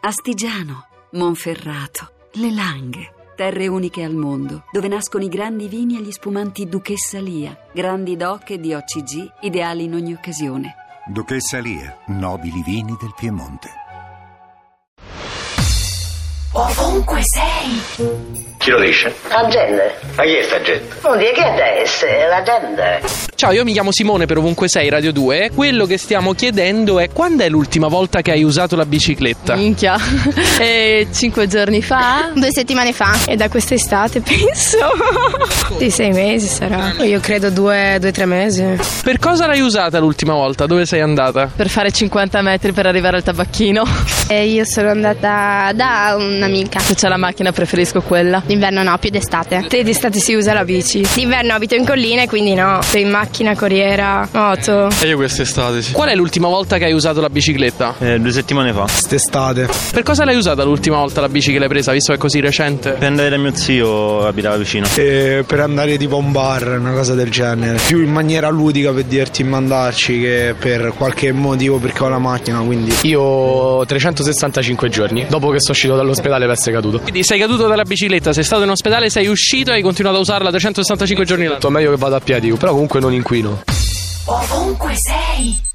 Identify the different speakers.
Speaker 1: Astigiano, Monferrato, Le Langhe. Terre uniche al mondo, dove nascono i grandi vini e gli spumanti Duchessa Lia, grandi DOC e di OCG, ideali in ogni occasione.
Speaker 2: Duchessa Lia, nobili vini del Piemonte.
Speaker 3: Ovunque sei.
Speaker 4: Chi lo dice?
Speaker 5: La gente.
Speaker 4: Ma chi è sta gente?
Speaker 5: Non dire che adesso è la gente.
Speaker 6: Ciao, io mi chiamo Simone per Ovunque Sei Radio 2. Quello che stiamo chiedendo è: quando è l'ultima volta che hai usato la bicicletta?
Speaker 7: Minchia, 5 giorni fa?
Speaker 8: 2 settimane fa.
Speaker 7: E da quest'estate penso. Di 6 mesi sarà.
Speaker 8: Io credo 2-3 mesi.
Speaker 6: Per cosa l'hai usata l'ultima volta? Dove sei andata?
Speaker 7: Per fare 50 metri per arrivare al tabacchino.
Speaker 8: E io sono andata da un'amica.
Speaker 7: Se c'è la macchina preferisco quella.
Speaker 8: D'inverno no, più d'estate.
Speaker 7: Te d'estate si usa la bici.
Speaker 8: D'inverno abito in collina e quindi no. Sei in macchina, corriera, moto.
Speaker 9: E io quest'estate sì.
Speaker 6: Qual è l'ultima volta che hai usato la bicicletta?
Speaker 9: 2 settimane fa.
Speaker 10: Quest'estate.
Speaker 6: Per cosa l'hai usata l'ultima volta la bici che l'hai presa, visto che è così recente?
Speaker 9: Per andare da mio zio, abitava vicino.
Speaker 10: Per andare tipo a un bar, una cosa del genere. Più in maniera ludica, per dirti mandarci, che per qualche motivo, perché ho la macchina, quindi.
Speaker 11: Io 365 giorni dopo che sono uscito dall'ospedale per essere caduto.
Speaker 6: Quindi sei caduto dalla bicicletta, sei stato in ospedale, sei uscito e hai continuato a usarla 365 giorni l'anno.
Speaker 11: Meglio che vado a piedi, però comunque non inquino.
Speaker 3: Ovunque sei.